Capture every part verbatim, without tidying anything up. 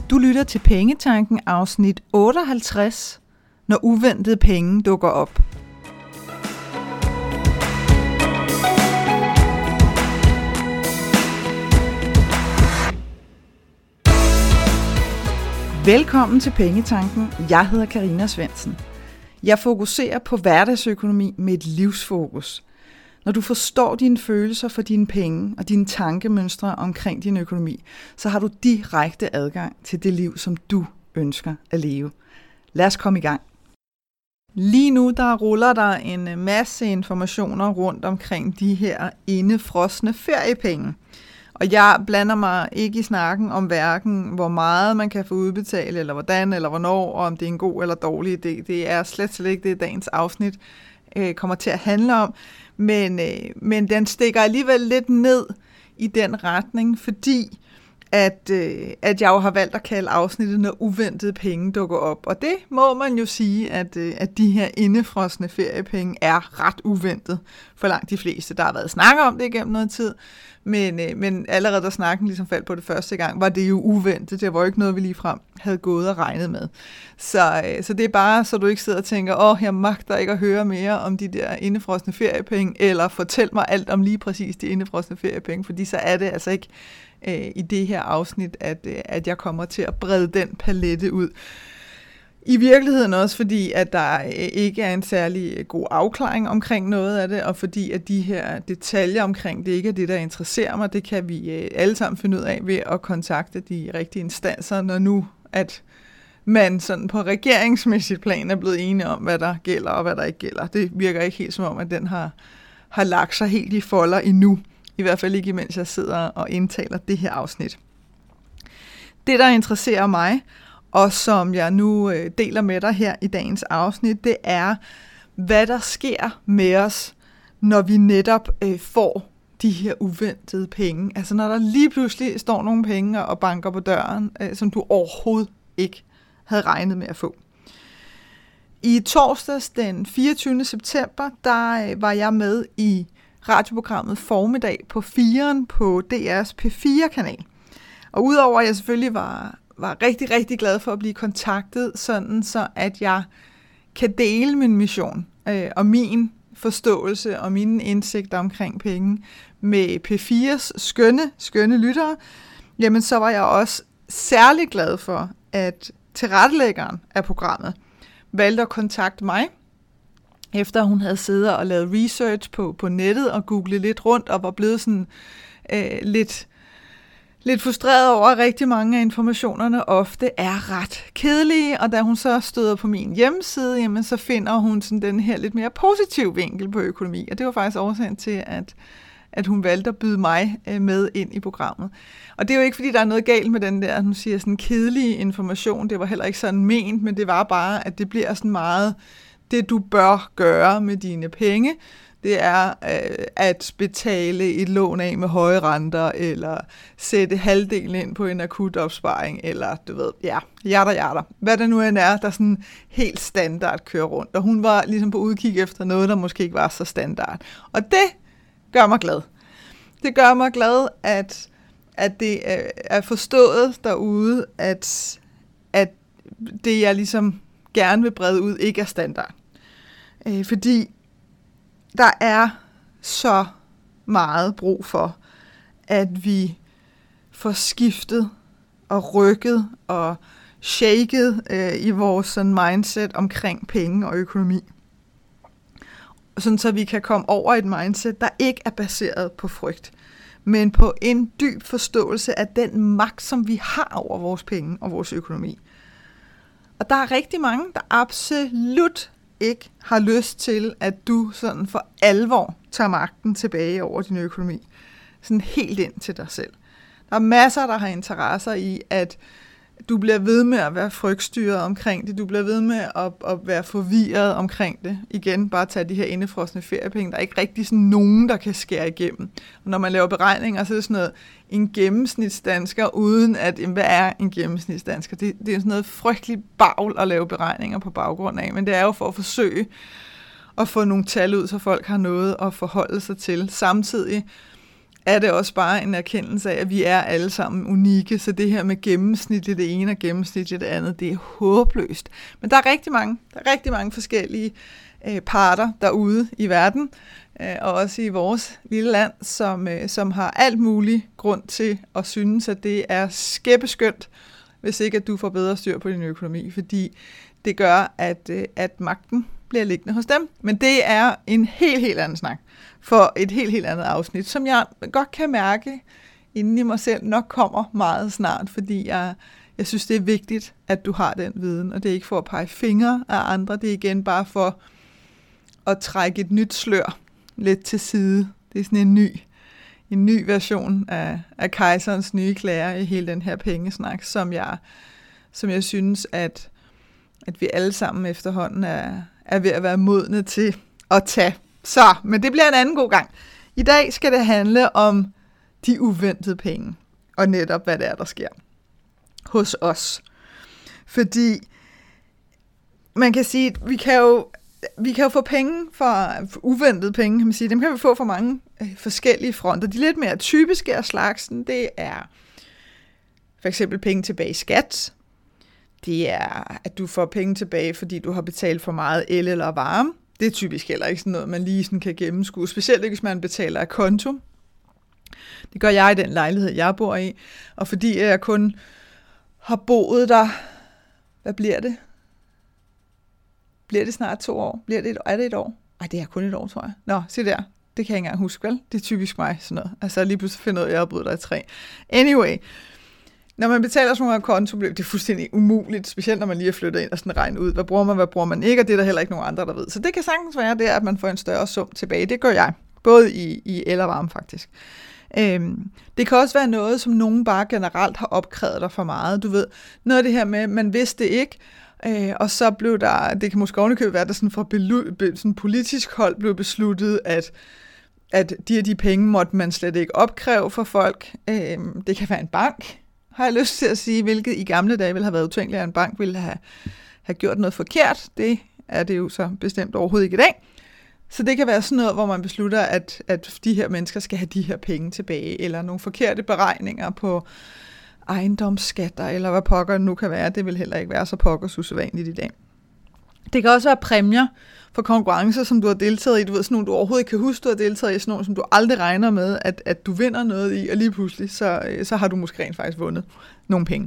Du lytter til Pengetanken afsnit otteoghalvtreds, når uventede penge dukker op. Velkommen til Pengetanken. Jeg hedder Karina Svendsen. Jeg fokuserer på hverdagsøkonomi med et livsfokus. Når du forstår dine følelser for dine penge og dine tankemønstre omkring din økonomi, så har du direkte adgang til det liv, som du ønsker at leve. Lad os komme i gang. Lige nu der ruller der en masse informationer rundt omkring de her indefrosne feriepenge. Og jeg blander mig ikke i snakken om hverken, hvor meget man kan få udbetalt, eller hvordan, eller hvornår, og om det er en god eller dårlig idé. Det er slet, slet ikke det, dagens afsnit øh, kommer til at handle om. Men, øh, men den stikker alligevel lidt ned i den retning, fordi at, øh, at jeg jo har valgt at kalde afsnittet, når uventede penge dukker op. Og det må man jo sige, at, øh, at de her indefrosne feriepenge er ret uventet for langt de fleste. Der har været snak om det igennem noget tid, men, øh, men allerede da snakken ligesom faldt på det første gang, var det jo uventet. Det var jo ikke noget, vi ligefrem havde gået og regnet med. Så, øh, så det er bare, så du ikke sidder og tænker, åh, jeg magter ikke at høre mere om de der indefrosne feriepenge, eller fortæl mig alt om lige præcis de indefrosne feriepenge, fordi så er det altså ikke øh, i det her afsnit, at, øh, at jeg kommer til at brede den palette ud. I virkeligheden også, fordi at der ikke er en særlig god afklaring omkring noget af det, og fordi at de her detaljer omkring det ikke er det, der interesserer mig, det kan vi alle sammen finde ud af ved at kontakte de rigtige instanser, når nu at man sådan på regeringsmæssigt plan er blevet enige om, hvad der gælder og hvad der ikke gælder. Det virker ikke helt som om, at den har, har lagt sig helt i folder endnu. I hvert fald ikke, mens jeg sidder og indtaler det her afsnit. Det, der interesserer mig, og som jeg nu øh, deler med dig her i dagens afsnit, det er, hvad der sker med os, når vi netop øh, får de her uventede penge. Altså når der lige pludselig står nogle penge og banker på døren, øh, som du overhovedet ikke havde regnet med at få. I torsdags den fireogtyvende september, der øh, var jeg med i radioprogrammet Formiddag på firen på D R's P fire-kanal. Og udover at jeg selvfølgelig var var rigtig, rigtig glad for at blive kontaktet, sådan så at jeg kan dele min mission øh, og min forståelse og mine indsigter omkring penge med P fires skønne, skønne lyttere, jamen så var jeg også særlig glad for, at tilrettelæggeren af programmet valgte at kontakte mig, efter hun havde siddet og lavet research på, på nettet og googlet lidt rundt og var blevet sådan øh, lidt Lidt frustreret over, at rigtig mange af informationerne ofte er ret kedelige, og da hun så støder på min hjemmeside, jamen så finder hun sådan den her lidt mere positiv vinkel på økonomi, og det var faktisk årsagen til, at, at hun valgte at byde mig med ind i programmet. Og det er jo ikke, fordi der er noget galt med den der, hun siger sådan kedelige information, det var heller ikke sådan ment, men det var bare, at det bliver sådan meget det, du bør gøre med dine penge. Det er øh, at betale et lån af med høje renter, eller sætte halvdelen ind på en akut opsparing, eller du ved, ja, jatter, jatter. Hvad det nu end er, der sådan helt standard kører rundt. Og hun var ligesom på udkig efter noget, der måske ikke var så standard. Og det gør mig glad. Det gør mig glad, at, at det er forstået derude, at, at det, jeg ligesom gerne vil brede ud, ikke er standard. Øh, fordi der er så meget brug for, at vi får skiftet og rykket og shaket øh, i vores sådan mindset omkring penge og økonomi. Sådan så vi kan komme over et mindset, der ikke er baseret på frygt, men på en dyb forståelse af den magt, som vi har over vores penge og vores økonomi. Og der er rigtig mange, der absolut ikke har lyst til, at du sådan for alvor tager magten tilbage over din økonomi. Sådan helt ind til dig selv. Der er masser, der har interesser i, at du bliver ved med at være frygtstyret omkring det. Du bliver ved med at, at være forvirret omkring det. Igen, bare tage de her indefrosne feriepenge. Der er ikke rigtig sådan nogen, der kan skære igennem. Og når man laver beregninger, så er det sådan noget, en gennemsnitsdansker, uden at, hvad er en gennemsnitsdansker? Det, det er sådan noget frygteligt bagl at lave beregninger på baggrund af, men det er jo for at forsøge at få nogle tal ud, så folk har noget at forholde sig til. Samtidig er det også bare en erkendelse af, at vi er alle sammen unikke, så det her med gennemsnitligt det ene og gennemsnitligt det andet, det er håbløst. Men der er rigtig mange, der er rigtig mange forskellige øh, parter derude i verden, øh, og også i vores lille land, som, øh, som har alt muligt grund til at synes, at det er skæppeskønt, hvis ikke at du får bedre styr på din økonomi, fordi det gør, at, øh, at magten bliver liggende hos dem. Men det er en helt, helt anden snak for et helt, helt andet afsnit, som jeg godt kan mærke inden i mig selv nok kommer meget snart, fordi jeg, jeg synes, det er vigtigt, at du har den viden, og det er ikke for at pege fingre af andre, det er igen bare for at trække et nyt slør lidt til side. Det er sådan en ny, en ny version af, af kejserens nye klæder i hele den her pengesnak, som jeg, som jeg synes, at, at vi alle sammen efterhånden er, er ved at være modne til at tage. Så, men det bliver en anden god gang. I dag skal det handle om de uventede penge, og netop hvad det er, der sker hos os. Fordi man kan sige, at vi kan jo, vi kan jo få penge for, for uventede penge, kan man sige. Dem kan vi få fra mange øh, forskellige fronter. De lidt mere typiske af slagsen, det er for eksempel penge tilbage i skat. Det er, at du får penge tilbage, fordi du har betalt for meget el eller varme. Det er typisk heller ikke sådan noget, man lige sådan kan gennemskue. Specielt ikke, hvis man betaler af konto. Det gør jeg i den lejlighed, jeg bor i. Og fordi jeg kun har boet der, hvad bliver det? Bliver det snart to år? Bliver det et, er det et år? Nej, det er kun et år, tror jeg. Nå, se der. Det kan jeg ikke engang huske, vel? Det er typisk mig, sådan noget. Altså lige pludselig finder ud af, at jeg har boet der i tre. Anyway, når man betaler sådan nogle konto, bliver det fuldstændig umuligt, specielt når man lige er flyttet ind og sådan regner ud, hvad bruger man, hvad bruger man ikke, og det er der heller ikke nogen andre, der ved. Så det kan sagtens være det, at man får en større sum tilbage. Det gør jeg, både i, i el og varme faktisk. Øhm, det kan også være noget, som nogen bare generelt har opkrævet dig for meget. Du ved, noget af det her med, man vidste det ikke, øh, og så blev der, det kan måske ovenikøbet være, der sådan fra belu- sådan politisk hold blev besluttet, at at de af de penge måtte man slet ikke opkræve for folk. Øhm, det kan være en bank, har jeg lyst til at sige, hvilket i gamle dage ville have været utænkeligt, at en bank ville have, have gjort noget forkert. Det er det jo så bestemt overhovedet ikke i dag. Så det kan være sådan noget, hvor man beslutter, at, at de her mennesker skal have de her penge tilbage, eller nogle forkerte beregninger på ejendomsskatter, eller hvad pokker det nu kan være. Det vil heller ikke være så pokkers usædvanligt i dag. Det kan også være præmier for konkurrencer, som du har deltaget i. Du ved, sådan nogle, du overhovedet ikke kan huske, du har deltaget i, sådan nogle, som du aldrig regner med, at, at du vinder noget i, og lige pludselig, så, så har du måske rent faktisk vundet nogle penge.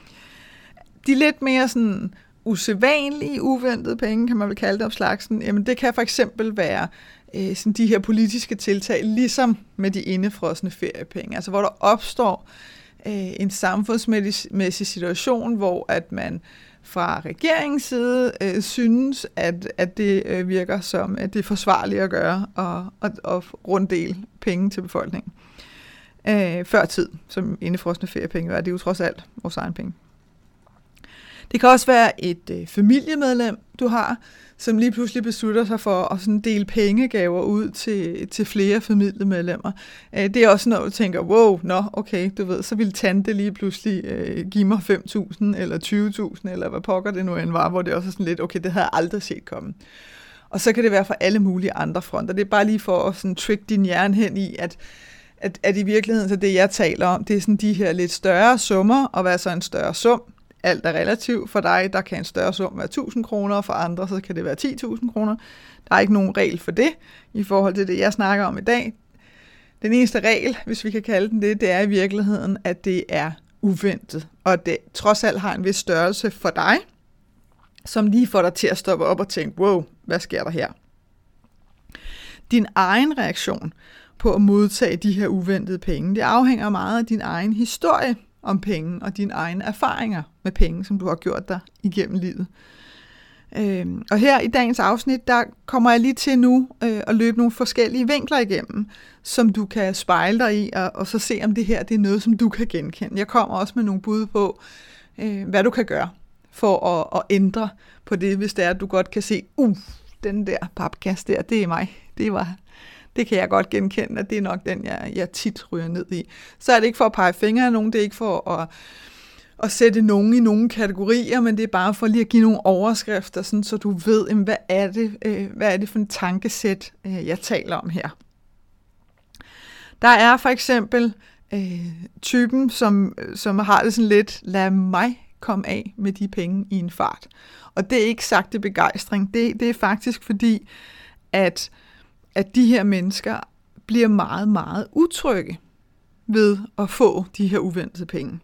De lidt mere sådan usædvanlige, uventede penge, kan man vel kalde det om slagsen, jamen det kan for eksempel være øh, sådan de her politiske tiltag, ligesom med de indefrosne feriepenge, altså hvor der opstår øh, en samfundsmæssig situation, hvor at man fra regeringens side øh, synes, at, at det øh, virker som, at det er forsvarligt at gøre og, og, og runddele penge til befolkningen. Øh, før tid, som indefrosne feriepenge er, det er jo trods alt vores egen penge. Det kan også være et øh, familiemedlem, du har, som lige pludselig beslutter sig for at sådan dele pengegaver ud til, til flere familiemedlemmer. Øh, det er også noget, du tænker, wow, nå, okay, du ved, så vil tante lige pludselig øh, give mig fem tusind eller tyve tusind, eller hvad pokker det nu end var, hvor det også er sådan lidt, okay, det havde jeg aldrig set komme. Og så kan det være for alle mulige andre fronter. Det er bare lige for at sådan trick din hjerne hen i, at, at, at i virkeligheden, så det jeg taler om, det er sådan de her lidt større summer, og hvad er så en større sum? Alt er relativt. For dig, der kan en større sum være tusind kroner, og for andre, så kan det være ti tusind kroner. Der er ikke nogen regel for det, i forhold til det, jeg snakker om i dag. Den eneste regel, hvis vi kan kalde den det, det er i virkeligheden, at det er uventet, og at det trods alt har en vis størrelse for dig, som lige får dig til at stoppe op og tænke, wow, hvad sker der her? Din egen reaktion på at modtage de her uventede penge, det afhænger meget af din egen historie om penge, og dine egne erfaringer med penge, som du har gjort dig igennem livet. Øhm, og her i dagens afsnit, der kommer jeg lige til nu øh, at løbe nogle forskellige vinkler igennem, som du kan spejle dig i, og, og så se, om det her det er noget, som du kan genkende. Jeg kommer også med nogle bud på, øh, hvad du kan gøre for at, at ændre på det, hvis det er, at du godt kan se, uh, den der papkasse der, det er mig. Det var Det kan jeg godt genkende, at det er nok den, jeg, jeg tit ryger ned i. Så er det ikke for at pege fingre af nogen, det er ikke for at, at sætte nogen i nogle kategorier, men det er bare for lige at give nogle overskrifter, sådan, så du ved, jamen, hvad, er det, øh, hvad er det for en tankesæt, øh, jeg taler om her. Der er for eksempel øh, typen, som, som har det sådan lidt, lad mig komme af med de penge i en fart. Og det er ikke sagt det begejstring. Det, det er faktisk fordi, at, at de her mennesker bliver meget, meget utrygge ved at få de her uventede penge.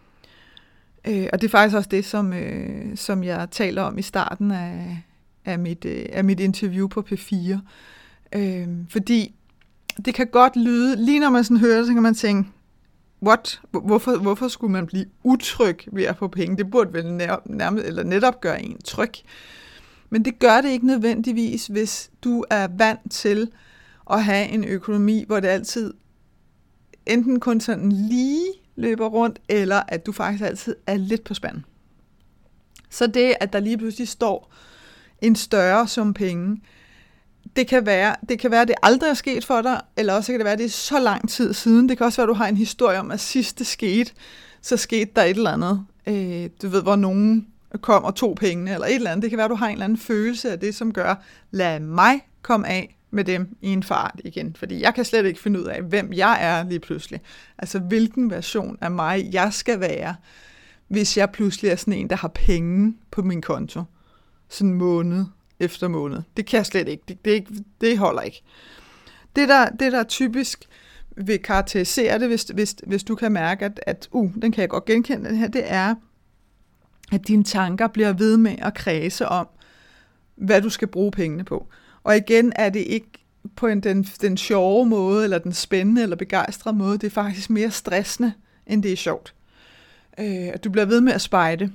Øh, og det er faktisk også det, som, øh, som jeg taler om i starten af, af, mit, øh, af mit interview på P fire. Øh, fordi det kan godt lyde, lige når man sådan hører det, så kan man tænke, what? Hvorfor, hvorfor skulle man blive utryg ved at få penge? Det burde vel nærmest, eller netop gøre en tryg. Men det gør det ikke nødvendigvis, hvis du er vant til at have en økonomi, hvor det altid enten kun sådan lige løber rundt, eller at du faktisk altid er lidt på spanden. Så det, at der lige pludselig står en større sum penge, det kan være, det kan være, at det aldrig er sket for dig, eller også kan det være, at det er så lang tid siden. Det kan også være, at du har en historie om, at sidst det skete, så skete der et eller andet. Øh, du ved, hvor nogen kom og tog pengene, eller et eller andet. Det kan være, at du har en eller anden følelse af det, som gør, lad mig komme af med dem i en fart igen. Fordi jeg kan slet ikke finde ud af, hvem jeg er lige pludselig. Altså, hvilken version af mig jeg skal være, hvis jeg pludselig er sådan en, der har penge på min konto. Sådan måned efter måned. Det kan jeg slet ikke. Det, det, ikke, det holder ikke. Det der, det, der typisk vil karakterisere det, hvis, hvis, hvis du kan mærke, at, at uh, den kan jeg godt genkende, den her, det er, at dine tanker bliver ved med at kredse om, hvad du skal bruge pengene på. Og igen er det ikke på en, den, den sjove måde, eller den spændende, eller begejstrede måde. Det er faktisk mere stressende, end det er sjovt. Øh, at du bliver ved med at spejde.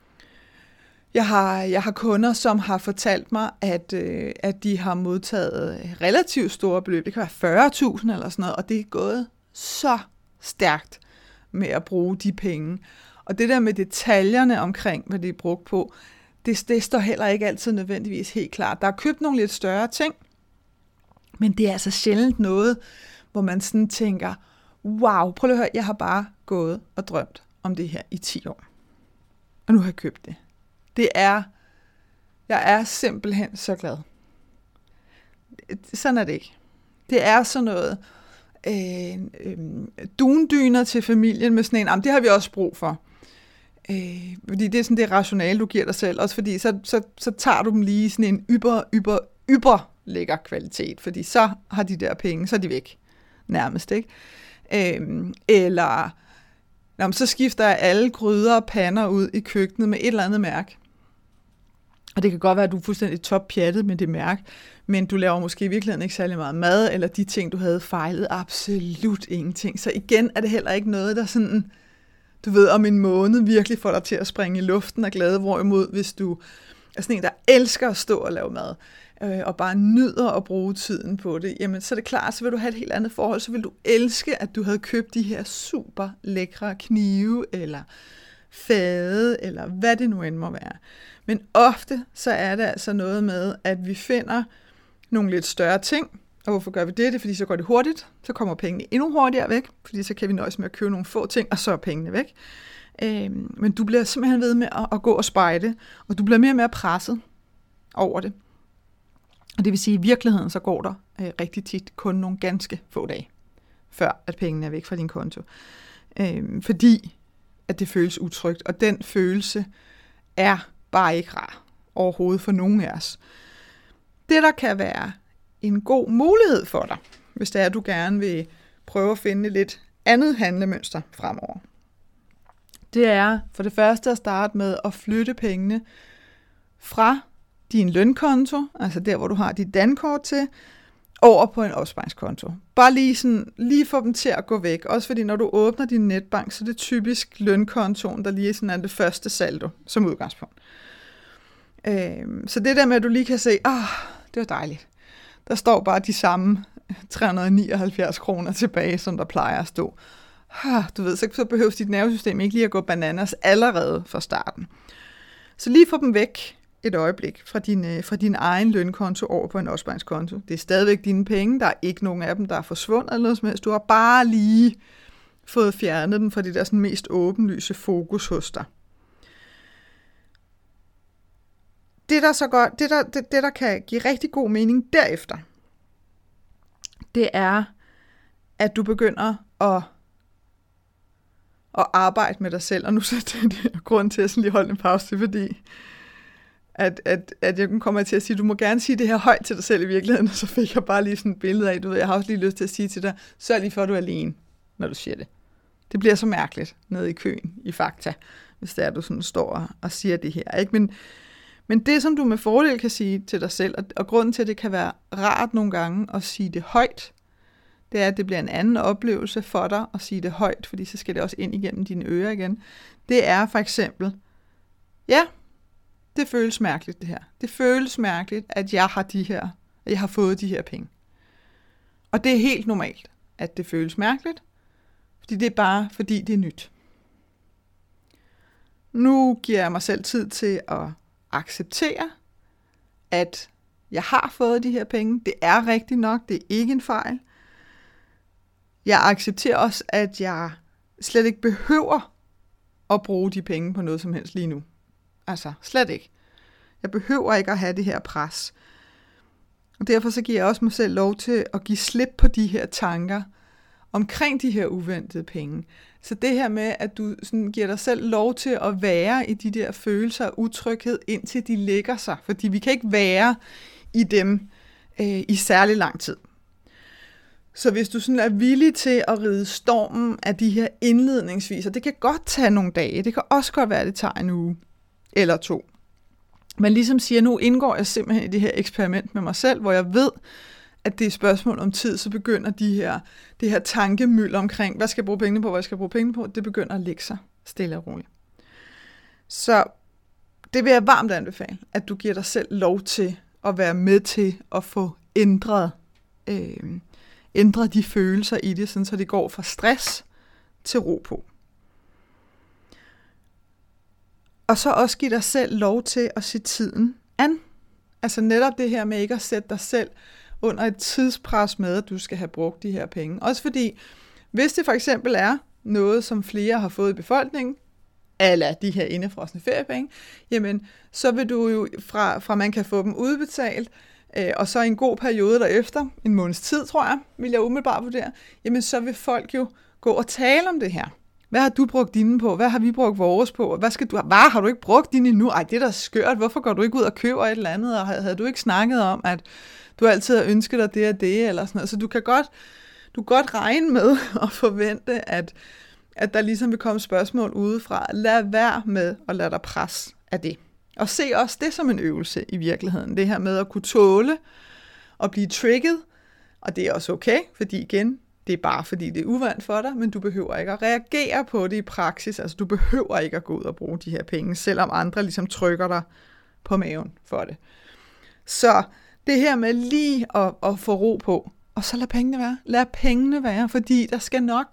Jeg har, jeg har kunder, som har fortalt mig, at, øh, at de har modtaget relativt store beløb. Det kan være fyrre tusind eller sådan noget, og det er gået så stærkt med at bruge de penge. Og det der med detaljerne omkring, hvad det er brugt på, det, det står heller ikke altid nødvendigvis helt klart. Der er købt nogle lidt større ting, men det er altså sjældent noget, hvor man sådan tænker, wow, prøv lige at høre, jeg har bare gået og drømt om det her i ti år. Og nu har jeg købt det. Det er, jeg er simpelthen så glad. Sådan er det ikke. Det er sådan noget, øh, øh, dundyner til familien med sådan en, jamen, det har vi også brug for. Øh, fordi det er sådan det rationale, du giver dig selv, også fordi så, så, så tager du dem lige sådan en yber, yber, yber lækker kvalitet, fordi så har de der penge, så er de væk, nærmest, ikke? Øh, eller, jamen, så skifter jeg alle gryder og pander ud i køkkenet med et eller andet mærke. Og det kan godt være, at du er fuldstændig toppjattet med det mærke, men du laver måske i virkeligheden ikke særlig meget mad, eller de ting, du havde fejlet, absolut ingenting. Så igen er det heller ikke noget, der sådan, du ved, om en måned virkelig får dig til at springe i luften og glæde, hvorimod hvis du er sådan en, der elsker at stå og lave mad, øh, og bare nyder at bruge tiden på det, jamen så er det klart, så vil du have et helt andet forhold, så vil du elske, at du havde købt de her super lækre knive, eller fade, eller hvad det nu end må være. Men ofte så er det altså noget med, at vi finder nogle lidt større ting. Og hvorfor gør vi det? Det er, fordi så går det hurtigt. Så kommer pengene endnu hurtigere væk, fordi så kan vi nøjes med at købe nogle få ting, og så er pengene væk. Øhm, men du bliver simpelthen ved med at, at gå og spejde, og du bliver mere og mere presset over det. Og det vil sige, at i virkeligheden så går der øh, rigtig tit kun nogle ganske få dage, før at pengene er væk fra din konto. Øhm, fordi at det føles utrygt, og den følelse er bare ikke rar overhovedet for nogen af os. Det, der kan være en god mulighed for dig, hvis det er, at du gerne vil prøve at finde et lidt andet handlemønster fremover, det er for det første at starte med at flytte pengene fra din lønkonto, altså der, hvor du har dit dankort til, over på en opsparingskonto. Bare lige, sådan, lige få dem til at gå væk. Også fordi, når du åbner din netbank, så er det typisk lønkontoen, der lige sådan er det første saldo som udgangspunkt. Øhm, så det der med, at du lige kan se, ah, det var dejligt. Der står bare de samme tre hundrede og nioghalvfjerds kroner tilbage, som der plejer at stå. Ah, du ved, så, så behøver dit nervesystem ikke lige at gå bananas allerede fra starten. Så lige få dem væk et øjeblik fra din, fra din egen lønkonto over på en opsparingskonto. Det er stadigvæk dine penge. Der er ikke nogen af dem, der er forsvundet eller noget som helst. Du har bare lige fået fjernet dem fra det der sådan mest åbenlyse fokus hos dig. Det der, så godt, det, der, det, det, der kan give rigtig god mening derefter, det er at du begynder at, at arbejde med dig selv. Og nu så det, det er grund til at sådan lige holde en pause, fordi at, at, at jeg kommer til at sige, du må gerne sige det her højt til dig selv i virkeligheden, og så fik jeg bare lige sådan et billede af, du ved, jeg har også lige lyst til at sige til dig, sørg lige for, at du er alene, når du siger det. Det bliver så mærkeligt nede i køen i Fakta, hvis det er, du sådan står og, og siger det her. Ikke? Men, men det, som du med fordel kan sige til dig selv, og, og grunden til, at det kan være rart nogle gange at sige det højt, det er, at det bliver en anden oplevelse for dig at sige det højt, fordi så skal det også ind igennem dine ører igen. Det er for eksempel, ja, det føles mærkeligt det her. Det føles mærkeligt, at jeg har de her, at jeg har fået de her penge. Og det er helt normalt, at det føles mærkeligt, fordi det er bare, fordi det er nyt. Nu giver jeg mig selv tid til at acceptere, at jeg har fået de her penge. Det er rigtigt nok, det er ikke en fejl. Jeg accepterer også, at jeg slet ikke behøver at bruge de penge på noget som helst lige nu. Altså, slet ikke. Jeg behøver ikke at have det her pres. Og derfor så giver jeg også mig selv lov til at give slip på de her tanker omkring de her uventede penge. Så det her med, at du sådan giver dig selv lov til at være i de der følelser af utryghed, indtil de lægger sig. Fordi vi kan ikke være i dem øh, i særlig lang tid. Så hvis du sådan er villig til at ride stormen af de her indledningsvis, og det kan godt tage nogle dage, det kan også godt være, at det tager en uge eller to. Men ligesom siger, nu indgår jeg simpelthen i det her eksperiment med mig selv, hvor jeg ved, at det er spørgsmål om tid, så begynder de her, det her tankemøl omkring, hvad skal jeg bruge pengene på, hvad skal jeg bruge pengene på, det begynder at lægge sig stille og roligt. Så det vil jeg varmt anbefale, at du giver dig selv lov til at være med til at få ændret, øh, ændret de følelser i det, sådan så det går fra stress til ro på. Og så også give dig selv lov til at se tiden an. Altså netop det her med ikke at sætte dig selv under et tidspres med, at du skal have brugt de her penge. Også fordi, hvis det for eksempel er noget, som flere har fået i befolkningen, eller de her indefrosne feriepenge, jamen så vil du jo fra, fra man kan få dem udbetalt, øh, og så i en god periode derefter, en måneds tid tror jeg, vil jeg umiddelbart vurdere, jamen så vil folk jo gå og tale om det her. Hvad har du brugt dine på? Hvad har vi brugt vores på? Hvad skal du? Hvad har du ikke brugt dine endnu? Ej, det er da skørt. Hvorfor går du ikke ud og køber et eller andet? Og havde du ikke snakket om, at du altid har ønsket dig det og det, eller sådan noget. Så du kan godt, du kan godt regne med og forvente, at, at der ligesom vil komme spørgsmål udefra. Lad være med at lade dig presse af det. Og se også det som en øvelse i virkeligheden. Det her med at kunne tåle og blive trigget. Og det er også okay, fordi igen, det er bare fordi, det er uvant for dig, men du behøver ikke at reagere på det i praksis. Altså, du behøver ikke at gå ud og bruge de her penge, selvom andre ligesom trykker dig på maven for det. Så det her med lige at, at få ro på, og så lad pengene være. Lad pengene være, fordi der skal nok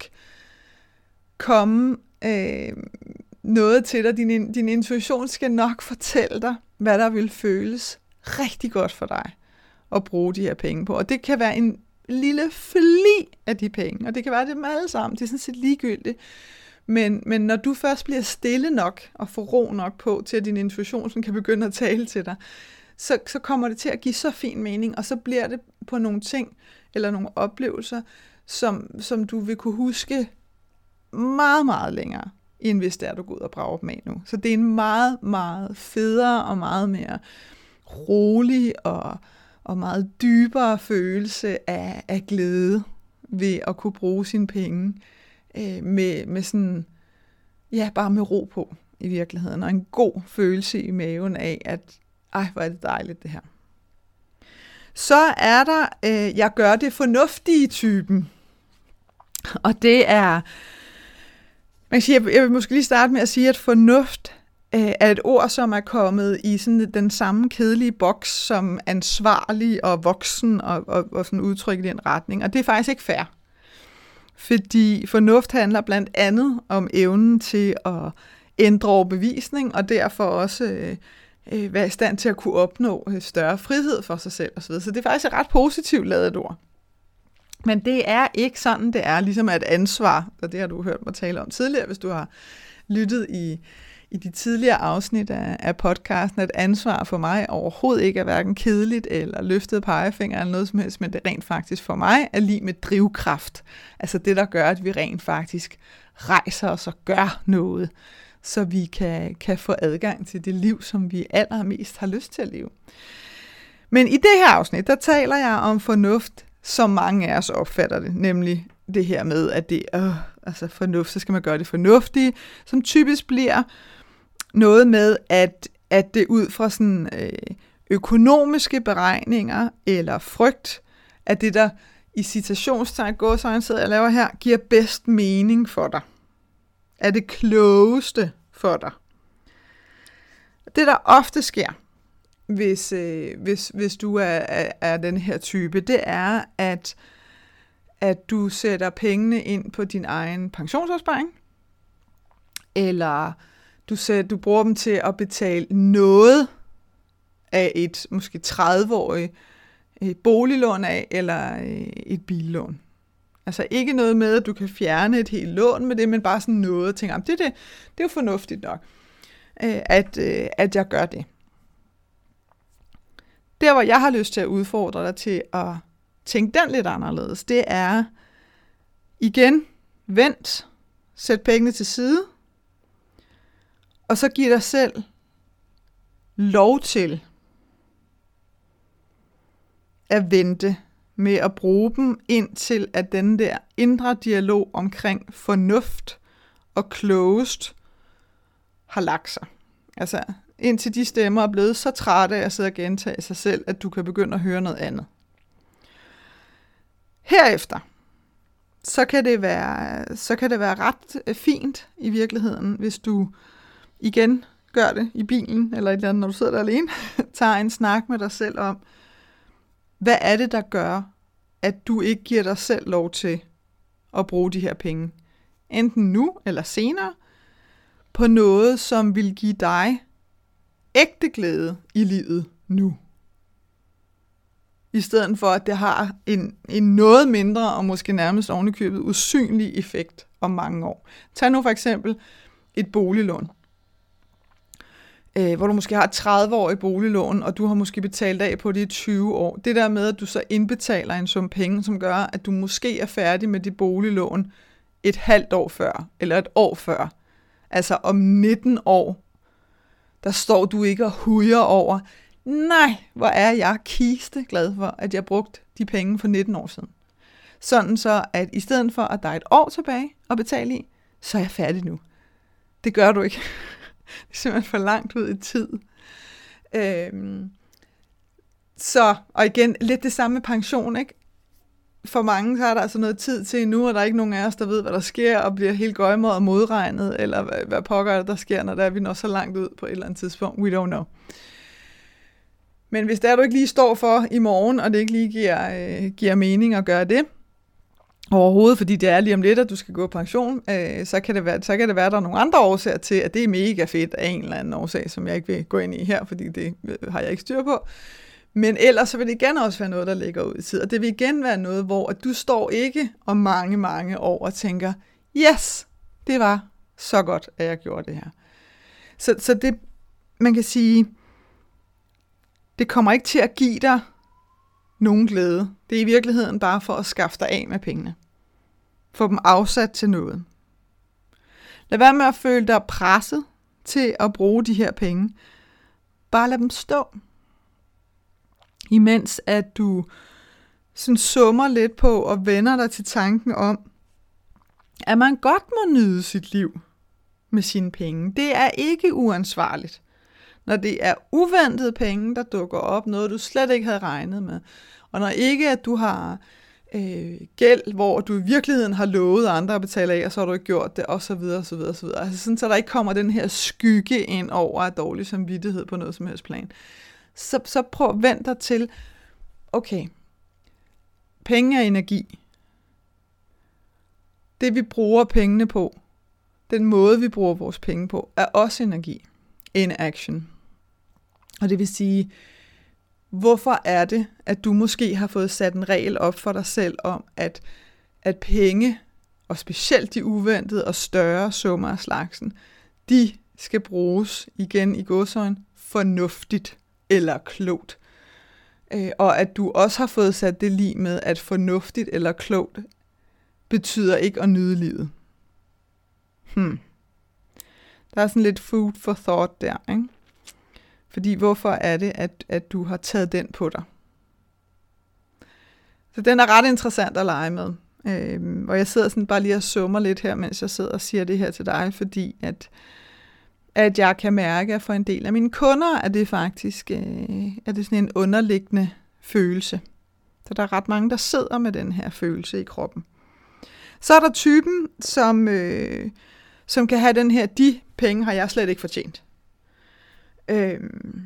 komme øh, noget til dig. Din, din intuition skal nok fortælle dig, hvad der vil føles rigtig godt for dig at bruge de her penge på. Og det kan være en lille fli af de penge, og det kan være dem alle sammen, det er sådan set ligegyldigt. Men, men når du først bliver stille nok, og får ro nok på, til at din intuition sådan kan begynde at tale til dig, så, så kommer det til at give så fin mening, og så bliver det på nogle ting, eller nogle oplevelser, som, som du vil kunne huske meget, meget længere, end hvis det er, du går ud og brager dem af nu. Så det er en meget, meget federe, og meget mere rolig, og og meget dybere følelse af, af glæde ved at kunne bruge sine penge øh, med, med sådan, ja, bare med ro på i virkeligheden, og en god følelse i maven af, at ej, hvor er det dejligt det her. Så er der, øh, jeg gør det fornuftige typen, og det er, man kan sige, jeg vil måske lige starte med at sige, at fornuft er et ord, som er kommet i sådan den samme kedelige boks som ansvarlig og voksen og, og, og sådan udtryk i den retning. Og det er faktisk ikke fair. Fordi fornuft handler blandt andet om evnen til at ændre overbevisning, og derfor også øh, øh, være i stand til at kunne opnå større frihed for sig selv osv. Så det er faktisk et ret positivt ladet ord. Men det er ikke sådan, det er ligesom at ansvar, og det har du hørt mig tale om tidligere, hvis du har lyttet i i de tidligere afsnit af, af podcasten, at ansvar for mig overhovedet ikke er hverken kedeligt eller løftet pegefinger eller noget som helst, men det rent faktisk for mig er lige med drivkraft. Altså det, der gør, at vi rent faktisk rejser os og gør noget, så vi kan, kan få adgang til det liv, som vi allermest har lyst til at leve. Men i det her afsnit, der taler jeg om fornuft, som mange af os opfatter det, nemlig det her med, at det er øh, altså fornuft, så skal man gøre det fornuftige, som typisk bliver noget med, at, at det ud fra sådan øh, økonomiske beregninger eller frygt, at det, der i citationstegn gåseorienteret, jeg laver her, giver bedst mening for dig. Er det klogeste for dig. Det, der ofte sker, hvis, øh, hvis, hvis du er, er, er den her type, det er, at, at du sætter pengene ind på din egen pensionsopsparing, eller du, sætter, du bruger dem til at betale noget af et måske tredive-årigt boliglån af, eller et billån. Altså ikke noget med, at du kan fjerne et helt lån med det, men bare sådan noget, og tænker, det, det, det er jo fornuftigt nok, at, at jeg gør det. Der, hvor jeg har lyst til at udfordre dig til at tænke den lidt anderledes, det er igen, vent, sæt pengene til side, og så giv dig selv lov til at vente med at bruge dem, indtil at den der indre dialog omkring fornuft og klogest har lagt sig. Altså indtil de stemmer er blevet så trætte af at sidde og gentage sig selv, at du kan begynde at høre noget andet. Herefter, så kan det være, så kan det være ret fint i virkeligheden, hvis du igen gør det i bilen, eller et eller andet, når du sidder der alene, tager en snak med dig selv om, hvad er det, der gør, at du ikke giver dig selv lov til at bruge de her penge, enten nu eller senere, på noget, som vil give dig ægte glæde i livet nu. I stedet for, at det har en, en noget mindre og måske nærmest ovenikøbet usynlig effekt om mange år. Tag nu for eksempel et boliglån, øh, hvor du måske har et tredive-årigt boliglån, og du har måske betalt af på det i tyve år. Det der med, at du så indbetaler en sum penge, som gør, at du måske er færdig med dit boliglån et halvt år før, eller et år før. Altså om nitten år, der står du ikke og hujer over, nej, hvor er jeg kiste glad for, at jeg brugte de penge for nitten år siden. Sådan så, at i stedet for, at der er et år tilbage at betale i, så er jeg færdig nu. Det gør du ikke. Det er simpelthen for langt ud i tid. Øhm, så, og igen, lidt det samme med pension, ikke? For mange, så er der altså noget tid til nu, og der er ikke nogen af os, der ved, hvad der sker, og bliver helt gøjmet og modregnet, eller hvad, hvad pokker der sker, når der er vi når så langt ud på et eller andet tidspunkt. We don't know. Men hvis det er, du ikke lige står for i morgen, og det ikke lige giver, øh, giver mening at gøre det, overhovedet, fordi det er lige om lidt, at du skal gå på pension, øh, så, kan det være, så kan det være, at der er nogle andre årsager til, at det er mega fedt af en eller anden årsag, som jeg ikke vil gå ind i her, fordi det har jeg ikke styr på. Men ellers så vil det igen også være noget, der ligger ud i tid. Og det vil igen være noget, hvor at du står ikke om mange, mange år og tænker, yes, det var så godt, at jeg gjorde det her. Så, så det, man kan sige, det kommer ikke til at give dig nogen glæde. Det er i virkeligheden bare for at skaffe dig af med pengene. Få dem afsat til noget. Lad være med at føle dig presset til at bruge de her penge. Bare lad dem stå. Imens at du sådan summer lidt på og vender dig til tanken om, at man godt må nyde sit liv med sine penge. Det er ikke uansvarligt. Når det er uventede penge, der dukker op, noget du slet ikke havde regnet med, og når ikke at du har øh, gæld, hvor du i virkeligheden har lovet andre at betale af, og så har du ikke gjort det, og så videre, og så videre, og så videre. Altså sådan, så der ikke kommer den her skygge ind over af dårlig samvittighed på noget som helst plan. Så, så prøv at vente dig til, okay, penge er energi. Det vi bruger pengene på, den måde vi bruger vores penge på, er også energi. In action. Og det vil sige, hvorfor er det, at du måske har fået sat en regel op for dig selv om, at, at penge, og specielt de uventede og større summer af slagsen, de skal bruges, igen i gåseøjne, fornuftigt eller klogt. Øh, og at du også har fået sat det lige med, at fornuftigt eller klogt betyder ikke at nyde livet. Hmm. Der er sådan lidt food for thought der, ikke? Fordi hvorfor er det, at, at du har taget den på dig? Så den er ret interessant at lege med. Øh, og jeg sidder sådan bare lige og summer lidt her, mens jeg sidder og siger det her til dig, fordi at, at jeg kan mærke, at for en del af mine kunder, er det faktisk øh, er det sådan en underliggende følelse. Så der er ret mange, der sidder med den her følelse i kroppen. Så er der typen, som, øh, som kan have den her, de penge har jeg slet ikke fortjent. Øh,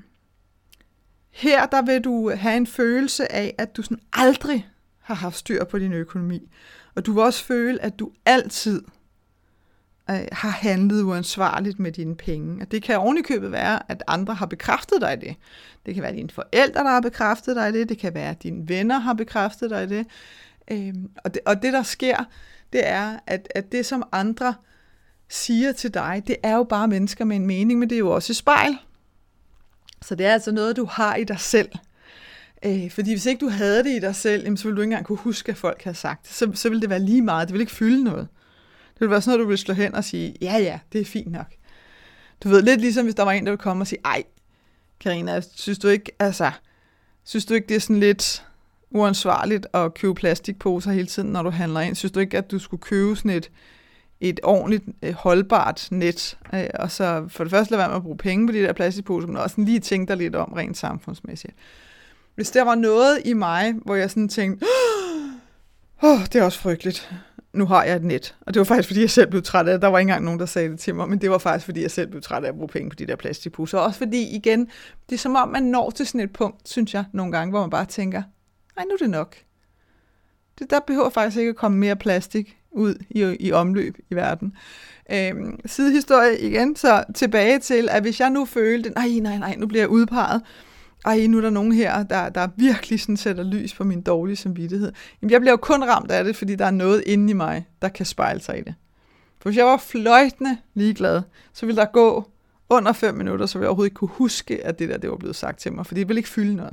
her der vil du have en følelse af, at du sådan aldrig har haft styr på din økonomi. Og du vil også føle, at du altid øh, har handlet uansvarligt med dine penge. Og det kan ovenikøbet være, at andre har bekræftet dig i det. Det kan være dine forældre, der har bekræftet dig i det. Det kan være, at dine venner har bekræftet dig i det. Øh, og det. Og det, der sker, det er, at, at det, som andre siger til dig, det er jo bare mennesker med en mening, men det er jo også et spejl. Så det er altså noget, du har i dig selv. Øh, fordi hvis ikke du havde det i dig selv, jamen, så ville du ikke engang kunne huske, at folk havde sagt det. Så, så ville det være lige meget. Det ville ikke fylde noget. Det ville være sådan noget, du ville slå hen og sige, ja ja, det er fint nok. Du ved, lidt ligesom hvis der var en, der ville komme og sige, ej, Karina, synes du ikke, altså, synes du ikke, det er sådan lidt uansvarligt at købe plastikposer hele tiden, når du handler ind? Synes du ikke, at du skulle købe sådan et, et ordentligt, øh, holdbart net, øh, og så for det første lade være med at bruge penge på de der plastikposer, men også lige tænke dig lidt om rent samfundsmæssigt. Hvis der var noget i mig, hvor jeg sådan tænkte, åh, oh, det er også frygteligt, nu har jeg et net. Og det var faktisk, fordi jeg selv blev træt af det. Der var ikke engang nogen, der sagde det til mig, men det var faktisk, fordi jeg selv blev træt af at bruge penge på de der plastikposer. Og også fordi, igen, det er som om, man når til sådan et punkt, synes jeg, nogle gange, hvor man bare tænker, nej, nu er det nok. Det, der behøver faktisk ikke at komme mere plastik ud i, i omløb i verden. Øhm, sidehistorie igen, så tilbage til, at hvis jeg nu følte, nej, nej, nej, nu bliver jeg udpeget, ej, nu er der nogen her, der, der virkelig sådan sætter lys på min dårlige samvittighed. Jamen, jeg bliver jo kun ramt af det, fordi der er noget inde i mig, der kan spejle sig i det. For hvis jeg var fløjtende ligeglad, så ville der gå under fem minutter, så ville jeg overhovedet ikke kunne huske, at det der, det var blevet sagt til mig, for det ville ikke fylde noget.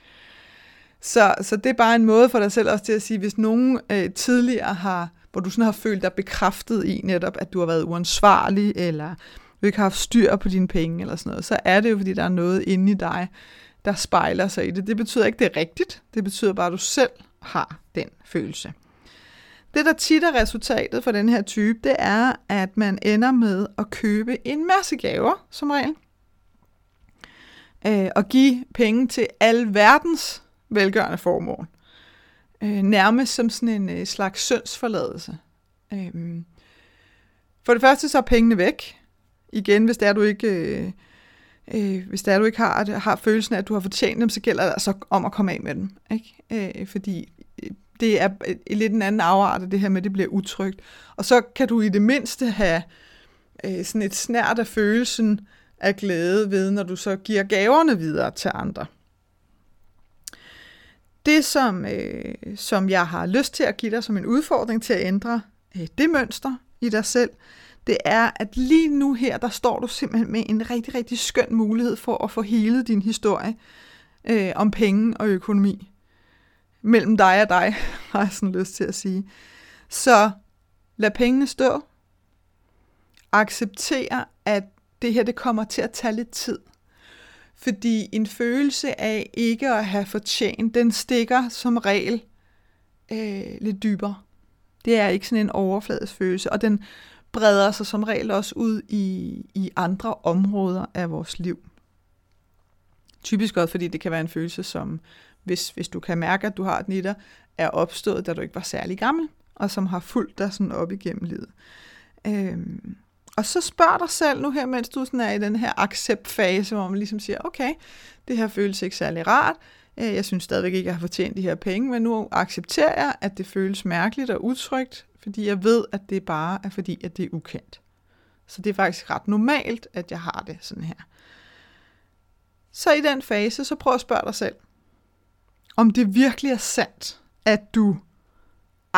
Så, så det er bare en måde for dig selv også til at sige, hvis nogen øh, tidligere har, hvor du sådan har følt dig bekræftet i netop, at du har været uansvarlig, eller du ikke har haft styr på dine penge, eller sådan noget, så er det jo, fordi der er noget inde i dig, der spejler sig i det. Det betyder ikke, det er rigtigt. Det betyder bare, at du selv har den følelse. Det, der tit er resultatet for den her type, det er, at man ender med at købe en masse gaver, som regel, øh, og give penge til alverdens velgørende formål. Øh, nærmest som sådan en øh, slags syndsforladelse. Øh, for det første så er pengene væk. Igen, hvis det er, du ikke... Øh, Øh, hvis det er, du ikke har, har følelsen af, at du har fortjent dem, så gælder det altså om at komme af med dem. Ikke? Øh, fordi det er lidt en anden afart af det her med, at det bliver utrygt. Og så kan du i det mindste have øh, sådan et snært af følelsen af glæde ved, når du så giver gaverne videre til andre. Det, som, øh, som jeg har lyst til at give dig som en udfordring til at ændre øh, det mønster i dig selv, det er, at lige nu her, der står du simpelthen med en rigtig, rigtig skøn mulighed for at få helet din historie øh, om penge og økonomi. Mellem dig og dig, har jeg sådan lyst til at sige. Så lad pengene stå. Accepter, at det her, det kommer til at tage lidt tid. Fordi en følelse af ikke at have fortjent, den stikker som regel øh, lidt dybere. Det er ikke sådan en overfladisk følelse, og den breder sig som regel også ud i, i andre områder af vores liv. Typisk også, fordi det kan være en følelse, som hvis, hvis du kan mærke, at du har den i dig, er opstået, da du ikke var særlig gammel, og som har fulgt dig sådan op igennem livet. Øhm, og så spørg dig selv nu her, mens du sådan er i den her accept-fase, hvor man ligesom siger, okay, det her føles ikke særlig rart, jeg synes stadigvæk ikke, at jeg har fortjent de her penge, men nu accepterer jeg, at det føles mærkeligt og utrygt, fordi jeg ved, at det bare er fordi, at det er ukendt. Så det er faktisk ret normalt, at jeg har det sådan her. Så i den fase, så prøv at spørge dig selv, om det virkelig er sandt, at du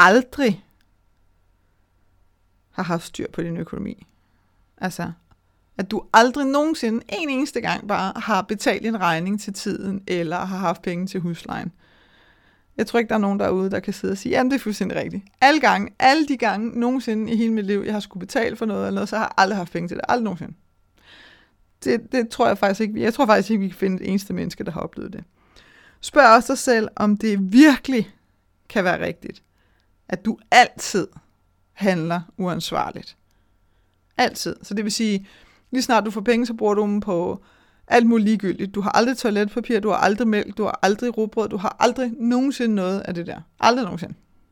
aldrig har haft styr på din økonomi. Altså, At du aldrig nogensinde, en eneste gang bare, har betalt en regning til tiden, eller har haft penge til huslejen. Jeg tror ikke, der er nogen derude, der kan sidde og sige, jamen det er fuldstændig rigtigt. Alle gange, alle de gange, nogensinde i hele mit liv, jeg har skulle betale for noget eller noget, så har jeg aldrig haft penge til det. Aldrig nogensinde. Det, det tror jeg faktisk ikke. Jeg tror faktisk ikke, vi kan finde et eneste menneske, der har oplevet det. Spørg også dig selv, om det virkelig kan være rigtigt, at du altid handler uansvarligt. Altid. Så det vil sige, lige snart du får penge, så bruger du dem på alt muligt ligegyldigt. Du har aldrig toiletpapir, du har aldrig mælk, du har aldrig rugbrød, du har aldrig nogensinde noget af det der. Aldrig nogensinde.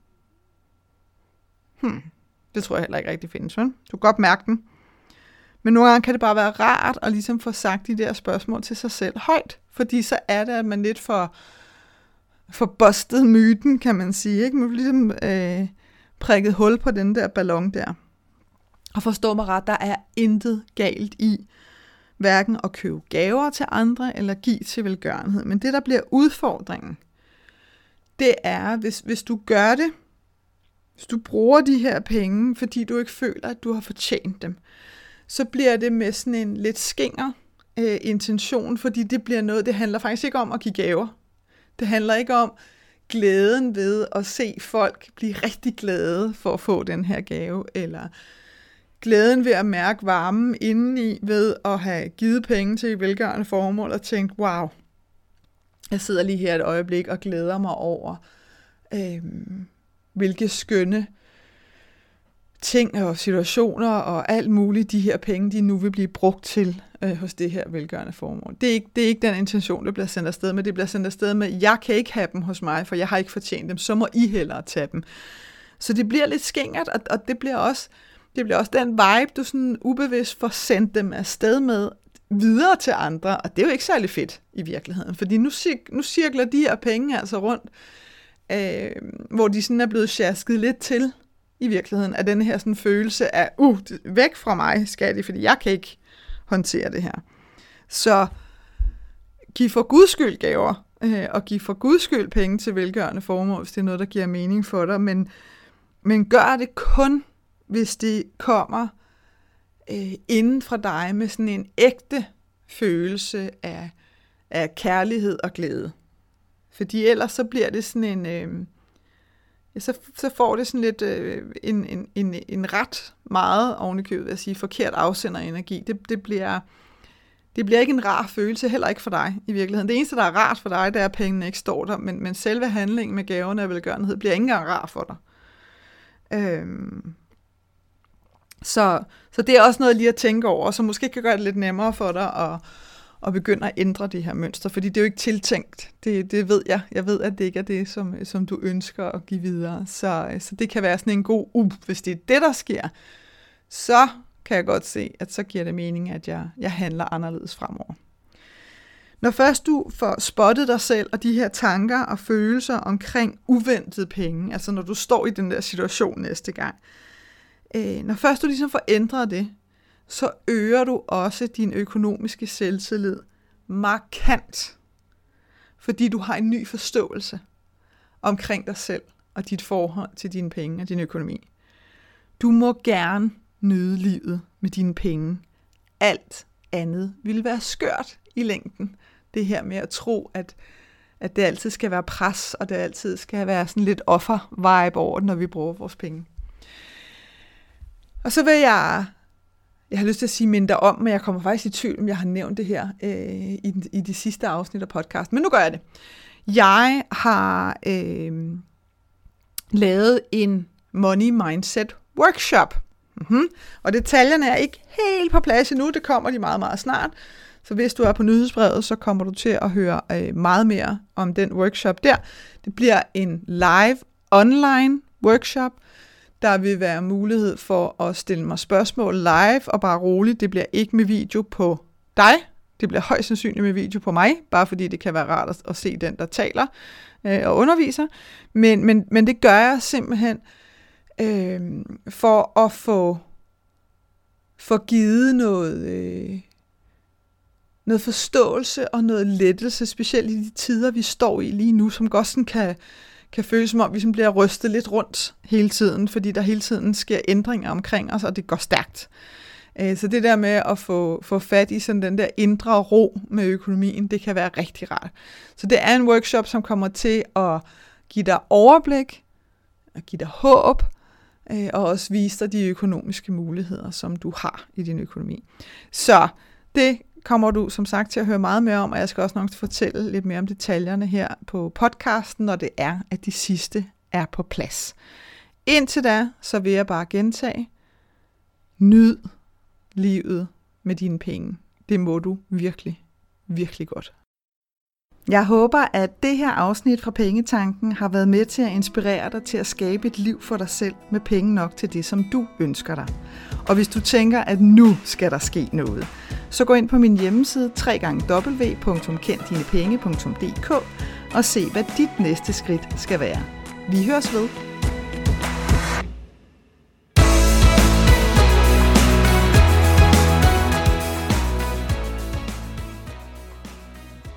Hmm. Det tror jeg heller ikke rigtig findes, vel? Du kan godt mærke den. Men nogle gange kan det bare være rart at ligesom få sagt de der spørgsmål til sig selv højt. Fordi så er det, at man lidt for, for bustet myten, kan man sige. Ikke? Man bliver ligesom øh, prikket hul på den der ballon der. Og forstå mig ret, der er intet galt i hverken at købe gaver til andre eller give til velgørenhed. Men det, der bliver udfordringen, det er, hvis, hvis du gør det, hvis du bruger de her penge, fordi du ikke føler, at du har fortjent dem, så bliver det med sådan en lidt skinger øh, intention, fordi det bliver noget, det handler faktisk ikke om at give gaver. Det handler ikke om glæden ved at se folk blive rigtig glade for at få den her gave, eller glæden ved at mærke varmen indeni ved at have givet penge til velgørende formål og tænkt, wow, jeg sidder lige her et øjeblik og glæder mig over, øh, hvilke skønne ting og situationer og alt muligt, de her penge, de nu vil blive brugt til øh, hos det her velgørende formål. Det er, ikke, det er ikke den intention, der bliver sendt afsted med. Det bliver sendt afsted med, jeg kan ikke have dem hos mig, for jeg har ikke fortjent dem, så må I hellere tage dem. Så det bliver lidt skingert, og, og det bliver også det bliver også den vibe, du sådan ubevidst får sendt dem afsted med videre til andre, og det er jo ikke særlig fedt i virkeligheden, fordi nu, cir- nu cirkler de her penge altså rundt, øh, hvor de sådan er blevet sjasket lidt til i virkeligheden, af den her sådan følelse af, uh, væk fra mig skal de, fordi jeg kan ikke håndtere det her. Så giv for guds skyld gaver, øh, og giv for guds skyld penge til velgørende formål, hvis det er noget, der giver mening for dig, men, men gør det kun, hvis det kommer øh, inden fra dig med sådan en ægte følelse af, af kærlighed og glæde. Fordi ellers så bliver det sådan en, øh, ja, så, så får det sådan lidt øh, en, en, en, en ret meget ovenikøbet, vil jeg sige, forkert afsender energi. Det, det, bliver, det bliver ikke en rar følelse, heller ikke for dig i virkeligheden. Det eneste, der er rart for dig, det er, at pengene ikke står der, men, men selve handlingen med gaverne af velgørenhed bliver ikke engang rar for dig. Øhm, så, så det er også noget lige at tænke over, så måske kan gøre det lidt nemmere for dig at, at begynde at ændre de her mønstre, fordi det er jo ikke tiltænkt. Det, det ved jeg. Jeg ved, at det ikke er det, som, som du ønsker at give videre. Så, så det kan være sådan en god, uh, hvis det er det, der sker, så kan jeg godt se, at så giver det mening, at jeg, jeg handler anderledes fremover. Når først du får spottet dig selv og de her tanker og følelser omkring uventede penge, altså når du står i den der situation næste gang, øh, når først du ligesom får ændret det, så øger du også din økonomiske selvtillid markant, fordi du har en ny forståelse omkring dig selv og dit forhold til dine penge og din økonomi. Du må gerne nyde livet med dine penge. Alt andet vil være skørt i længden. Det her med at tro, at, at det altid skal være pres, og det altid skal være sådan lidt offer-vibe over det, når vi bruger vores penge. Og så vil jeg, jeg har lyst til at sige mindre om, men jeg kommer faktisk i tvivl, om jeg har nævnt det her øh, i, i de sidste afsnit af podcasten. Men nu gør jeg det. Jeg har øh, lavet en Money Mindset Workshop. Mm-hmm. Og detaljerne er ikke helt på plads endnu, det kommer de meget, meget snart. Så hvis du er på nyhedsbrevet, så kommer du til at høre øh, meget mere om den workshop der. Det bliver en live online workshop. Der vil være mulighed for at stille mig spørgsmål live, og bare roligt, det bliver ikke med video på dig. Det bliver højst sandsynligt med video på mig, bare fordi det kan være rart at, at se den, der taler øh, og underviser. Men, men, men det gør jeg simpelthen øh, for at få, få givet noget... Øh, noget forståelse og noget lettelse, specielt i de tider, vi står i lige nu, som godt sådan kan, kan føles som om, vi sådan bliver rystet lidt rundt hele tiden, fordi der hele tiden sker ændringer omkring os, og det går stærkt. Så det der med at få, få fat i sådan den der indre ro med økonomien, det kan være rigtig rart. Så det er en workshop, som kommer til at give dig overblik, at give dig håb, og også vise dig de økonomiske muligheder, som du har i din økonomi. Så det kommer du som sagt til at høre meget mere om, og jeg skal også nok fortælle lidt mere om detaljerne her på podcasten, når det er, at de sidste er på plads. Indtil da, så vil jeg bare gentage, nyd livet med dine penge. Det må du virkelig, virkelig godt. Jeg håber, at det her afsnit fra Pengetanken har været med til at inspirere dig til at skabe et liv for dig selv med penge nok til det, som du ønsker dig. Og hvis du tænker, at nu skal der ske noget, så gå ind på min hjemmeside w w w punktum kend dine penge punktum d k og se, hvad dit næste skridt skal være. Vi høres ved.